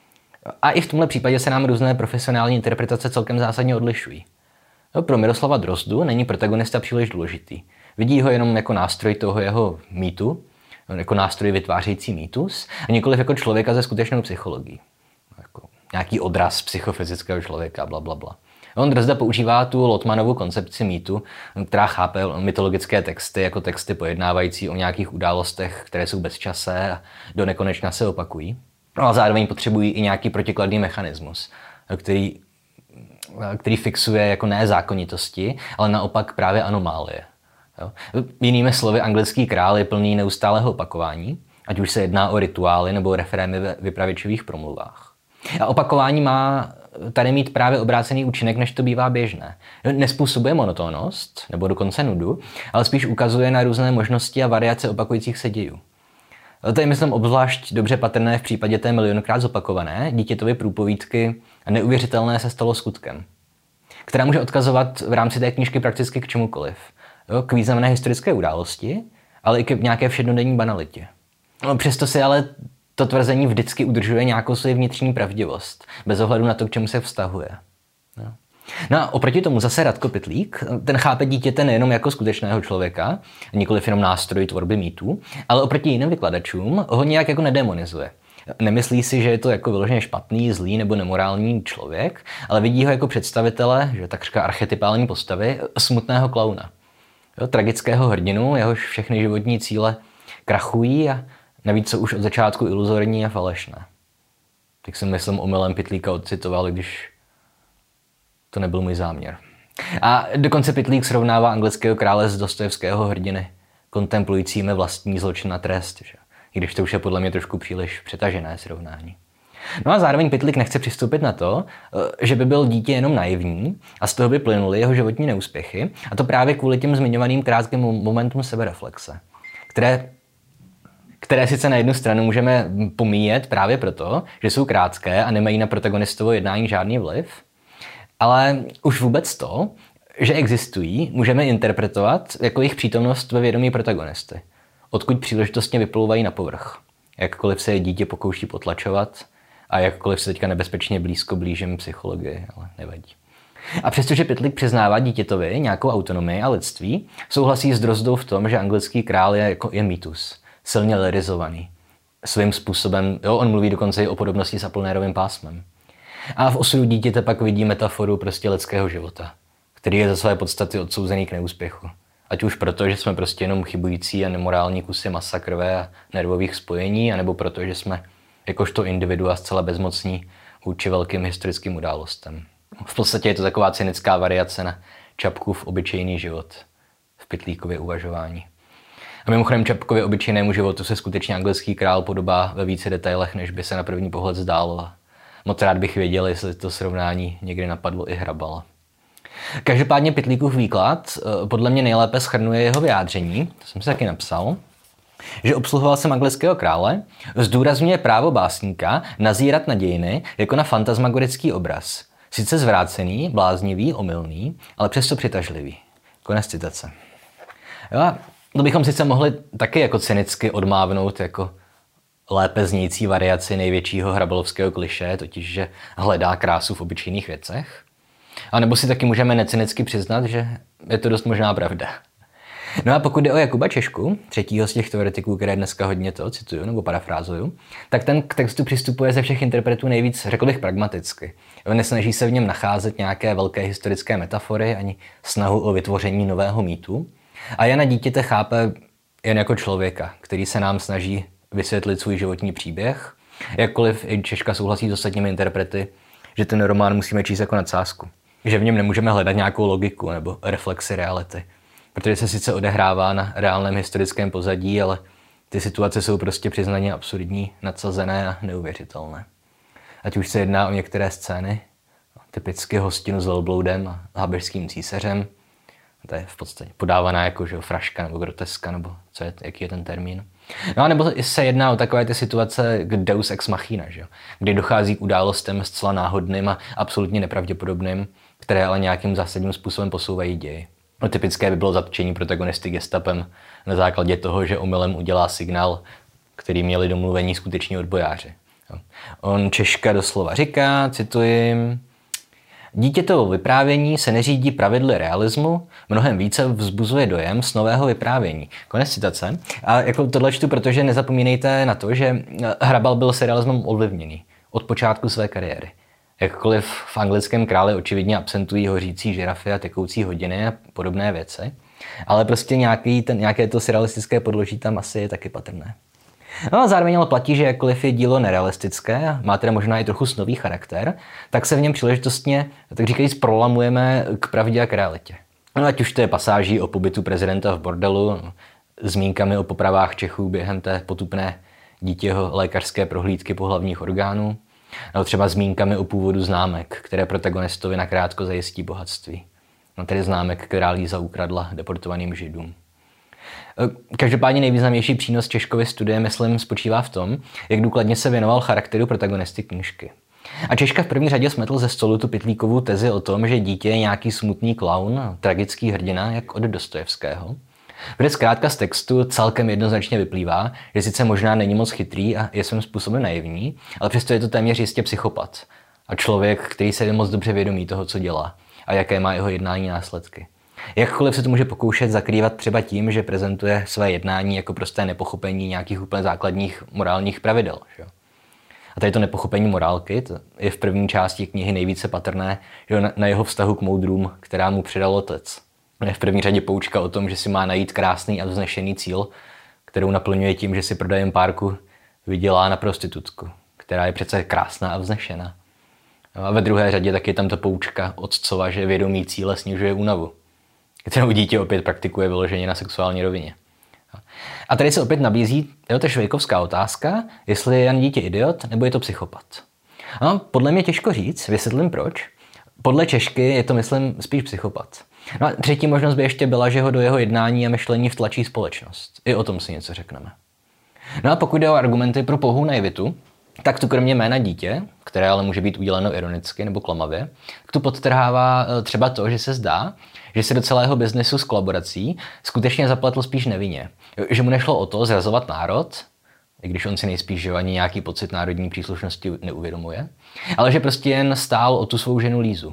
A i v tomhle případě se nám různé profesionální interpretace celkem zásadně odlišují. No, pro Miroslava Drozdu není protagonista příliš důležitý. Vidí ho jenom jako nástroj toho jeho mýtu, jako nástroj vytvářející mýtus, a nikoliv jako člověka ze skutečnou psychologií. Jako nějaký odraz psychofyzického člověka, bla, bla, bla. On Drozda používá tu Lotmanovu koncepci mýtu, která chápe mytologické texty jako texty pojednávající o nějakých událostech, které jsou bezčasé a do nekonečna se opakují. Ale zároveň potřebují i nějaký protikladný mechanismus, který, který fixuje jako ne zákonitosti, ale naopak právě anomálie. Jo? Jinými slovy, anglický král je plný neustálého opakování, ať už se jedná o rituály nebo referémy ve vypravěčových promluvách. A opakování má tady mít právě obrácený účinek, než to bývá běžné. Nespůsobuje monotónnost, nebo dokonce nudu, ale spíš ukazuje na různé možnosti a variace opakujících se dějů. To je, myslím, obzvlášť dobře patrné v případě té milionkrát zopakované dítětovy průpovídky a neuvěřitelné se stalo skutkem, která může odkazovat v rámci té knížky prakticky k čemukoliv. Jo, k významné historické události, ale i k nějaké všednodenní banalitě. No, přesto si ale to tvrzení vždycky udržuje nějakou svou vnitřní pravdivost, bez ohledu na to, k čemu se vztahuje. No. No a oproti tomu zase Radko Pytlík, ten chápe dítěte nejenom jako skutečného člověka, nikoliv jenom nástroj tvorby mýtů, ale oproti jiným vykladačům ho nějak jako nedemonizuje. Nemyslí si, že je to jako vyloženě špatný, zlý nebo nemorální člověk, ale vidí ho jako představitele, že takřka archetypální postavy, smutného klauna. Jo, tragického hrdinu, jehož všechny životní cíle krachují a navíc jsou už od začátku iluzorní a falešné. Tak jsem myslím omylem Pytlíka odcitoval, když to nebyl můj záměr. A dokonce Pytlík srovnává anglického krále z Dostojevského hrdiny, kontemplujícími vlastní zločin a trest, že? I když to už je podle mě trošku příliš přetažené srovnání. No a zároveň Pytlík nechce přistoupit na to, že by byl dítě jenom naivní a z toho by plynuly jeho životní neúspěchy, a to právě kvůli těm zmiňovaným krátkým momentům sebereflexe, které, které sice na jednu stranu můžeme pomíjet právě proto, že jsou krátké a nemají na protagonistovo jednání žádný vliv, ale už vůbec to, že existují, můžeme interpretovat jako jejich přítomnost ve vědomí protagonisty, odkud příležitostně vyplouvají na povrch. Jakkoliv se je dítě pokouší potlačovat a jakkoliv se teďka nebezpečně blízko blížím psychologii, ale nevadí. A přestože Pytlík přiznává dítětovi nějakou autonomii a lidství, souhlasí s Drozdou v tom, že anglický král je, jako, je mýtus, silně lirizovaný. Svým způsobem, jo, on mluví dokonce i o podobnosti s Apollinarovým pásmem. A v osudu dítěte pak vidí metaforu prostě lidského života, který je za své podstaty odsouzený k neúspěchu. Ať už proto, že jsme prostě jenom chybující a nemorální kusy masa, krve a nervových spojení, anebo proto, že jsme jakožto individua zcela bezmocní vůči velkým historickým událostem. V podstatě je to taková cynická variace na Čapkův obyčejný život v Pytlíkově uvažování. A mimochodem Čapkově obyčejnému životu se skutečně anglický král podobá ve více detailech, než by se na první pohled zdálo. Moc rád bych věděl, jestli to srovnání někdy napadlo i Hrabala. Každopádně Pytlíkův výklad podle mě nejlépe shrnuje jeho vyjádření, to jsem si taky napsal, že obsluhoval jsem anglického krále, zdůrazňuje právo básníka nazírat na dějiny jako na fantasmagorický obraz. Sice zvrácený, bláznivý, omylný, ale přesto přitažlivý. Konec citace. Jo, to bychom sice mohli taky jako cynicky odmávnout jako lépe znějící variaci největšího hrabalovského klišé, totiž že hledá krásu v obyčejných věcech. A nebo si taky můžeme necynicky přiznat, že je to dost možná pravda. No a pokud jde o Jakuba Češku, třetího z těch teoretiků, které dneska hodně to cituju nebo parafrázuju, tak ten k textu přistupuje ze všech interpretů nejvíc, řekl bych, pragmaticky. On nesnaží se v něm nacházet nějaké velké historické metafory ani snahu o vytvoření nového mýtu. A Jana dítěte chápe jen jako člověka, který se nám snaží vysvětlit svůj životní příběh. Jakkoliv i Češka souhlasí s ostatními interprety, že ten román musíme číst jako nadsázku. Že v něm nemůžeme hledat nějakou logiku nebo reflexi reality. Protože se sice odehrává na reálném historickém pozadí, ale ty situace jsou prostě přiznaně absurdní, nadsazené a neuvěřitelné. Ať už se jedná o některé scény, typicky hostinu s velbloudem a habešským císařem, to je v podstatě podávaná jako že, fraška nebo groteska, nebo co je, jaký je ten termín. No a nebo se jedná o takové ty situace k deus ex machina, že? Kdy dochází k událostem zcela náhodným a absolutně nepravděpodobným, které ale nějakým zásadním způsobem posouvají děj. No, typické by bylo zatčení protagonisty gestapem na základě toho, že omylem udělá signál, který měli domluvení skuteční odbojáři. On Češka doslova říká, cituji, dítětovo vyprávění se neřídí pravidly realismu, mnohem více vzbuzuje dojem z nového vyprávění. Konec citace. A jako tohle čtu, protože nezapomínejte na to, že Hrabal byl serialismem ovlivněný od počátku své kariéry. Jakkoliv v anglickém králi očividně absentují hořící žirafy a tekoucí hodiny a podobné věci, ale prostě nějaký ten, nějaké to surrealistické podloží tam asi je taky patrné. No a zároveň ale platí, že jakkoliv je dílo nerealistické a má teda možná i trochu snový charakter, tak se v něm příležitostně, tak říkajíc, prolamujeme k pravdě a k realitě. No ať už to je pasáží o pobytu prezidenta v bordelu, zmínkami o popravách Čechů během té potupné dítěho lékařské prohlídky pohlavních orgánů, nebo třeba zmínkami o původu známek, které protagonistovi nakrátko zajistí bohatství. No tedy známek, která Líza ukradla deportovaným Židům. Každopádně nejvýznamnější přínos Češkovy studie, myslím, spočívá v tom, jak důkladně se věnoval charakteru protagonisty knížky. A Češka v první řadě smetl ze stolu tu Pytlíkovu tezi o tom, že dítě je nějaký smutný klaun, tragický hrdina, jak od Dostojevského. Kde zkrátka z textu celkem jednoznačně vyplývá, že sice možná není moc chytrý a je svým způsobem naivní, ale přesto je to téměř jistě psychopat. A člověk, který se je moc dobře vědomí toho, co dělá a jaké má jeho jednání následky. Jakkoliv se to může pokoušet zakrývat třeba tím, že prezentuje své jednání jako prosté nepochopení nějakých úplně základních morálních pravidel. Že? A tady to nepochopení morálky to je v první části knihy nejvíce patrné, že na, na jeho vztahu k moudrům, která mu předal otec. Je v první řadě poučka o tom, že si má najít krásný a vznešený cíl, kterou naplňuje tím, že si prodajem párku vydělá na prostitutku, která je přece krásná a vznešená. A ve druhé řadě taky je tam ta poučka otcova, že vědomí cíle snižuje únavu, kterou dítě opět praktikuje vyloženě na sexuální rovině. A tady se opět nabízí jo, ta švejkovská otázka, jestli je Jan dítě idiot, nebo je to psychopat. No, podle mě těžko říct, vysvětlím proč. Podle Češky je to, myslím, spíš psychopat. No a třetí možnost by ještě byla, že ho do jeho jednání a myšlení vtlačí společnost. I o tom si něco řekneme. No a pokud jde o argumenty pro pouhou naivitu, tak tu kromě jména dítě, které ale může být uděleno ironicky nebo klamavě, tak tu podtrhává třeba to, že se zdá, že se do celého biznesu s kolaborací skutečně zapletl spíš nevinně. Že mu nešlo o to zrazovat národ, i když on si nejspíš že ani nějaký pocit národní příslušnosti neuvědomuje, ale že prostě jen stál o tu svou ženu Lízu,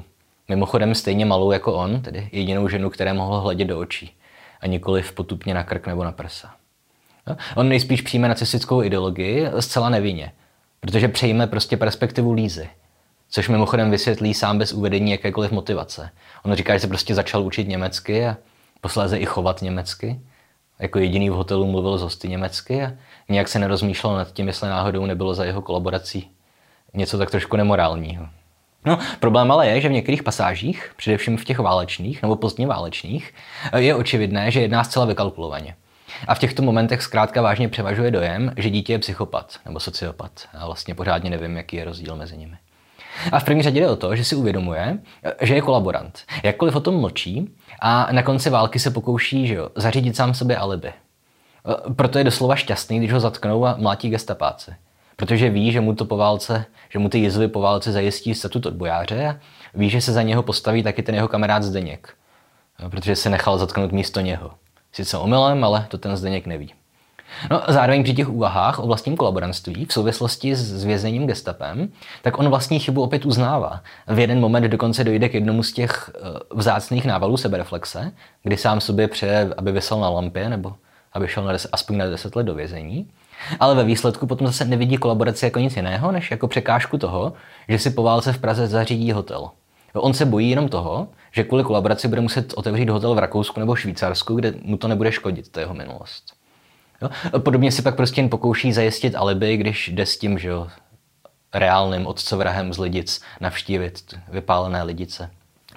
Mimochodem stejně malou jako on, tedy jedinou ženu, které mohl hledět do očí a nikoliv potupně na krk nebo na prsa. No, on nejspíš přijme nacistickou ideologii zcela nevinně, protože přejme prostě perspektivu Lízy, což mimochodem vysvětlí sám bez uvedení jakékoliv motivace. On říká, že se prostě začal učit německy a posléze i chovat německy. Jako jediný v hotelu mluvil z hosty německy a nějak se nerozmýšlel nad tím, jestli náhodou nebylo za jeho kolaborací něco tak trošku nemorálního. No, problém ale je, že v některých pasážích, především v těch válečných nebo pozdně válečných, je očividné, že jedná zcela vykalkulovaně. A v těchto momentech zkrátka vážně převažuje dojem, že dítě je psychopat nebo sociopat. A vlastně pořádně nevím, jaký je rozdíl mezi nimi. A v první řadě jde o to, že si uvědomuje, že je kolaborant. Jakkoliv o tom mlčí a na konci války se pokouší, že jo, zařídit sám sobě alibi. Proto je doslova šťastný, když ho zatknou a mlátí gestapáci. Protože ví, že mu to po válce, že mu ty jizvy po válce zajistí statut odbojáře a ví, že se za něho postaví taky ten jeho kamarád Zdeněk. Protože se nechal zatknout místo něho. Sice omylem, ale to ten Zdeněk neví. No, zároveň při těch úvahách o vlastním kolaborantství v souvislosti s vězněním gestapem, tak on vlastní chybu opět uznává. V jeden moment dokonce dojde k jednomu z těch vzácných návalů sebereflexe, kdy sám sobě přeje, aby visel na lampě nebo aby šel na deset, aspoň na deset let do vězení. Ale ve výsledku potom zase nevidí kolaboraci jako nic jiného, než jako překážku toho, že si po válce v Praze zařídí hotel. On se bojí jenom toho, že kvůli kolaboraci bude muset otevřít hotel v Rakousku nebo Švýcarsku, kde mu to nebude škodit, to jeho minulost. Jo? Podobně si pak prostě jen pokouší zajistit alibi, když jde s tím, že jo, reálným otcovrahem z Lidic navštívit vypálené Lidice.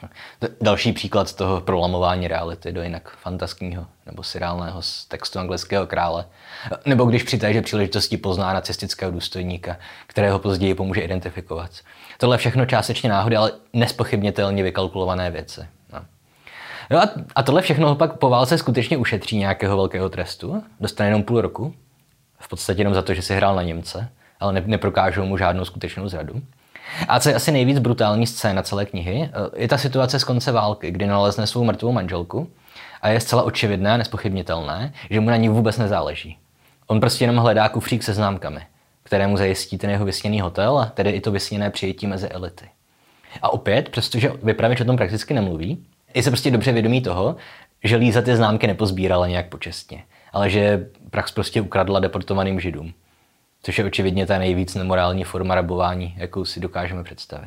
Další příklad toho prolamování reality do jinak fantaskního nebo seriálného z textu Anglického krále. Nebo když při téže příležitosti pozná nacistického důstojníka, kterého později pomůže identifikovat. Tohle všechno částečně náhody, ale nespochybnitelně vykalkulované věci. No. No a, a tohle všechno ho pak po válce skutečně ušetří nějakého velkého trestu. Dostane jenom půl roku. V podstatě jenom za to, že si hrál na Němce, ale ne, neprokážou mu žádnou skutečnou zradu. A co je asi nejvíc brutální scéna celé knihy, je ta situace z konce války, kdy nalezne svou mrtvou manželku a je zcela očividné a nespochybnitelné, že mu na ní vůbec nezáleží. On prostě jenom hledá kufřík se známkami, které mu zajistí ten jeho vysněný hotel a tedy i to vysněné přijetí mezi elity. A opět, přestože vypravěč o tom prakticky nemluví, je se prostě dobře vědomí toho, že Líza ty známky nepozbírala nějak počestně, ale že prax prostě ukradla deportovaným Židům. Což je očividně ta nejvíc nemorální forma rabování, jakou si dokážeme představit.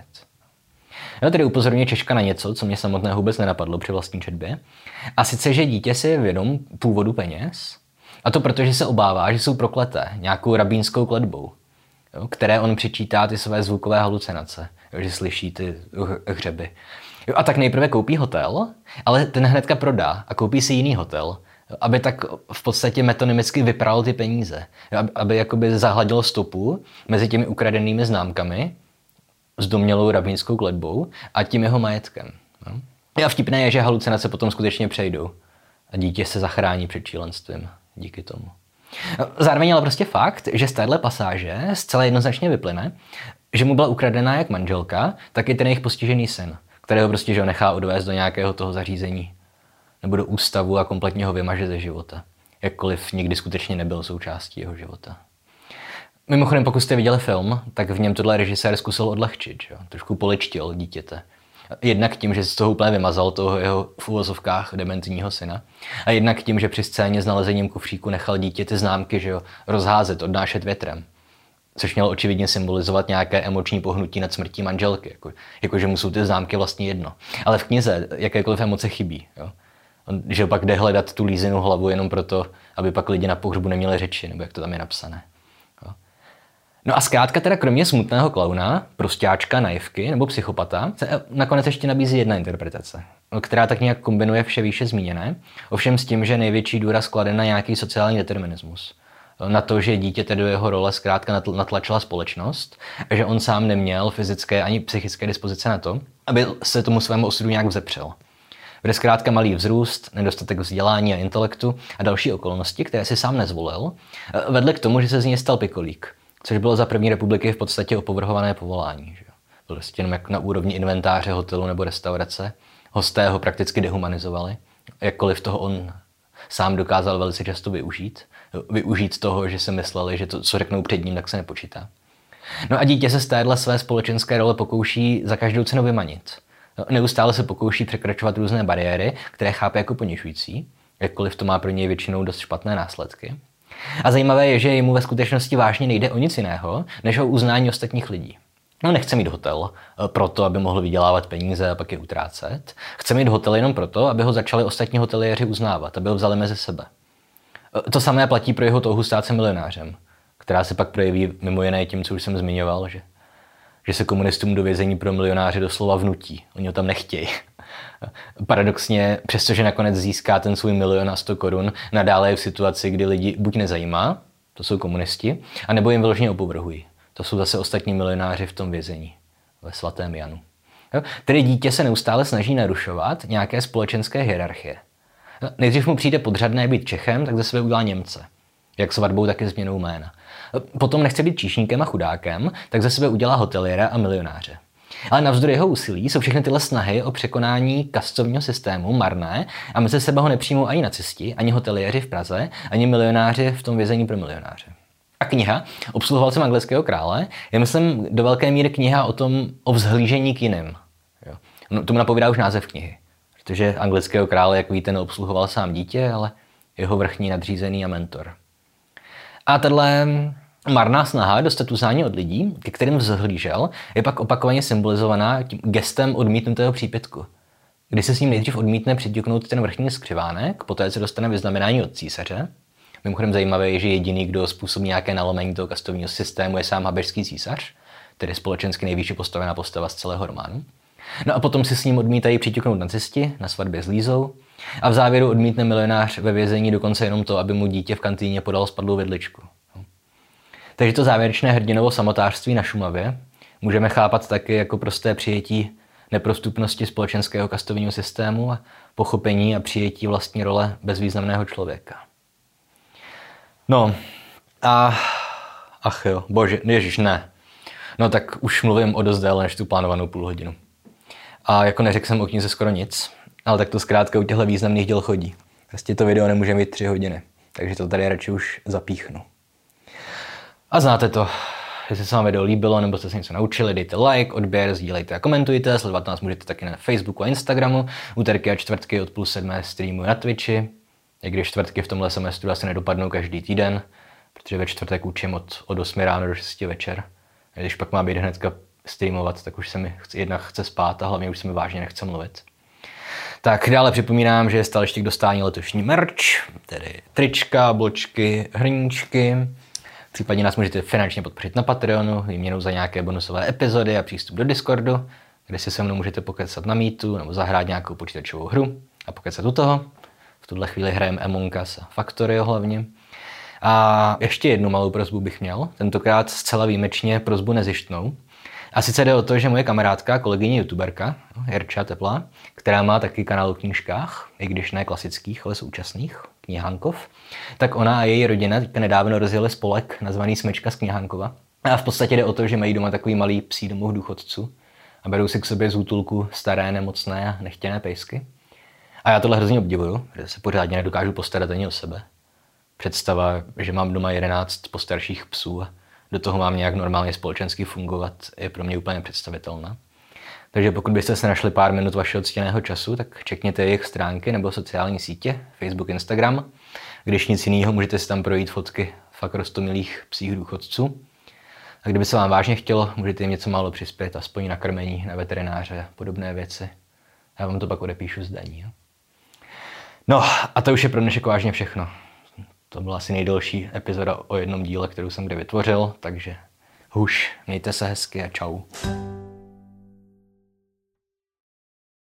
No, tedy upozorňuje Češka na něco, co mě samotného vůbec nenapadlo při vlastní četbě. A sice, že dítě si je vědom původu peněz, a to proto, že se obává, že jsou prokleté nějakou rabínskou kletbou, jo, které on přičítá ty své zvukové halucinace, jo, že slyší ty hřeby. Jo, a tak nejprve koupí hotel, ale ten hnedka prodá a koupí si jiný hotel, aby tak v podstatě metonymicky vypral ty peníze. Aby, aby jakoby zahladil stopu mezi těmi ukradenými známkami s domnělou rabínskou kletbou a tím jeho majetkem. No. A vtipné je, že halucinace potom skutečně přejdou a dítě se zachrání před šílenstvím díky tomu. Zároveň ale prostě fakt, že z téhle pasáže zcela jednoznačně vyplyne, že mu byla ukradená jak manželka, tak i ten jejich postižený syn, kterého prostě že ho nechá odvést do nějakého toho zařízení nebo do ústavu a kompletně ho vymaže ze života. Jakkoliv nikdy skutečně nebyl součástí jeho života. Mimochodem, pokud jste viděli film, tak v něm tohle režisér zkusil odlehčit, jo? Trošku poličtil dítěte. Jednak tím, že z toho úplně vymazal toho jeho v uvozovkách dementního syna. A jednak tím, že při scéně s nalezením kufříku nechal dítě ty známky, že jo, rozházet, odnášet větrem. Což mělo očividně symbolizovat nějaké emoční pohnutí nad smrtí manželky. Jako, jako že mu jsou ty známky vlastně jedno. Ale v knize jakékoliv emoce chybí. Jo? On, že pak jde hledat tu Lízinu hlavu jenom proto, aby pak lidi na pohřbu neměli řeči, nebo jak to tam je napsané. Jo? No a zkrátka teda kromě smutného klauna, prostáčka, naivky nebo psychopata se nakonec ještě nabízí jedna interpretace, která tak nějak kombinuje vše výše zmíněné, ovšem s tím, že největší důraz kladen na nějaký sociální determinismus. Na to, že dítěte do jeho role zkrátka natlačila společnost a že on sám neměl fyzické ani psychické dispozice na to, aby se tomu svému osudu nějak vzepřel. Bude zkrátka malý vzrůst, nedostatek vzdělání a intelektu a další okolnosti, které si sám nezvolil, vedle k tomu, že se z něj stal pikolík, což bylo za první republiky v podstatě opovrhované povolání. Že? Byl prostě jenom jak na úrovni inventáře hotelu nebo restaurace. Hosté ho prakticky dehumanizovali, jakkoliv toho on sám dokázal velice často využít. Využít toho, že si mysleli, že to, co řeknou před ním, tak se nepočítá. No a dítě se z téhle své společenské role pokouší za každou cenu vymanit. Neustále se pokouší překračovat různé bariéry, které chápe jako ponižující, jakkoliv to má pro něj většinou dost špatné následky. A zajímavé je, že jemu ve skutečnosti vážně nejde o nic jiného, než o uznání ostatních lidí. No, nechce mít hotel proto, aby mohl vydělávat peníze a pak je utrácet. Chce mít hotel jenom proto, aby ho začali ostatní hoteliéři uznávat, aby ho vzali mezi sebe. To samé platí pro jeho touhu stát se milionářem, která se pak projeví mimo jiné tím, co už jsem zmiňoval, že, že se komunistům do vězení pro milionáře doslova vnutí. Oni ho tam nechtějí. Paradoxně, přestože nakonec získá ten svůj milion a sto korun, nadále je v situaci, kdy lidi buď nezajímá, to jsou komunisti, anebo jim vyloženě opovrhují. To jsou zase ostatní milionáři v tom vězení, ve svatém Janu. Jo? Tedy dítě se neustále snaží narušovat nějaké společenské hierarchie. Nejdřív mu přijde podřadné být Čechem, tak ze sebe udělá Němce. Jak svatbou, tak i změnou jména. Potom nechce být číšníkem a chudákem, tak ze sebe udělá hoteliéra a milionáře. Ale navzdory jeho úsilí jsou všechny tyhle snahy o překonání kastovního systému marné a mezi sebe ho nepřijmou ani nacisti, ani hoteliéři v Praze, ani milionáři v tom vězení pro milionáře. A kniha Obsluhoval jsem anglického krále je, myslím, do velké míry kniha o tom, o vzhlížení k jiným. Jo. No, tomu napovídá už název knihy. Protože anglického krále, jak víte, neobsluhoval sám dítě, ale jeho vrchní nadřízený a mentor. A tahle marná snaha dostat uznání od lidí, ke kterým vzhlížel, je pak opakovaně symbolizovaná tím gestem odmítnutého přípitku. Kdy se s ním nejdřív odmítne přiťuknout ten vrchní skřivánek, poté se dostane vyznamenání od císaře. Mimochodem zajímavé je, že jediný, kdo způsobí nějaké nalomení toho kastovního systému, je sám habežský císař, tedy společensky nejvýše postavená postava z celého románu. No a potom si s ním odmítají přiťuknout nacisti na svatbě s Lízou a v závěru odmítne milionář ve vězení dokonce jenom to, aby mu dítě v kantýně podal spadlou vidličku. Takže to závěrečné hrdinovo samotářství na Šumavě můžeme chápat taky jako prosté přijetí neprostupnosti společenského kastovního systému a pochopení a přijetí vlastní role bezvýznamného člověka. No a ach jo, bože, ježiš, ne. No tak už mluvím o dost déle než tu plánovanou půl hodinu. A jako neřekl jsem o knize skoro nic, ale tak to zkrátka u těchto významných děl chodí. Prostě to video nemůže mít tři hodiny, takže to tady radši už zapíchnu. A znáte to, jestli se vám video líbilo nebo jste se něco naučili, dejte like, odběr, sdílejte a komentujte, sledovat nás můžete taky na Facebooku a Instagramu, úterky a čtvrtky od půl sedmé streamu na Twitchi, i když čtvrtky v tomhle semestru asi nedopadnou každý týden, protože ve čtvrtek učím od, od osmi ráno do šesti večer. A když pak má být hnedka streamovat, tak už se mi chce, jednak chce spát a hlavně už se mi vážně nechce mluvit. Tak dále připomínám, že je stále ještě k dostání letošní merch, tedy trička, bločky, hrníčky. Případně nás můžete finančně podpořit na Patreonu, výměnou za nějaké bonusové epizody a přístup do Discordu, kde si se mnou můžete pokecat na Meetu nebo zahrát nějakou počítačovou hru a pokecat u toho. V tuhle chvíli hrajeme Among Us a Factorio hlavně. A ještě jednu malou prosbu bych měl, tentokrát zcela výjimečně prosbu nezištnou. A sice jde o to, že moje kamarádka, kolegyně youtuberka, Jirča Teplá, která má taky kanál o knížkách, i když ne klasických, ale současných, Knihánkov, tak ona a její rodina teďka nedávno rozjeli spolek nazvaný Smečka z Knihánkova. A v podstatě jde o to, že mají doma takový malý psí domov důchodců a berou si k sobě z útulku staré, nemocné a nechtěné pejsky. A já tohle hrozně obdivuju, že se pořádně nedokážu postarat ani o sebe. Představa, že mám doma jedenáct postarších psů a do toho mám nějak normálně společensky fungovat, je pro mě úplně představitelná. Takže pokud byste se našli pár minut vašeho ctěného času, tak čekněte jejich stránky nebo sociální sítě, Facebook, Instagram. Když nic jiného, můžete si tam projít fotky fakt roztomilých psích důchodců. A kdyby se vám vážně chtělo, můžete jim něco málo přispět, aspoň na krmení, na veterináře a podobné věci. Já vám to pak odepíšu zdaní. Jo? No a to už je pro dnešek vážně všechno. To byla asi nejdelší epizoda o jednom díle, kterou jsem kdy vytvořil, takže huš, mějte se hezky a čau.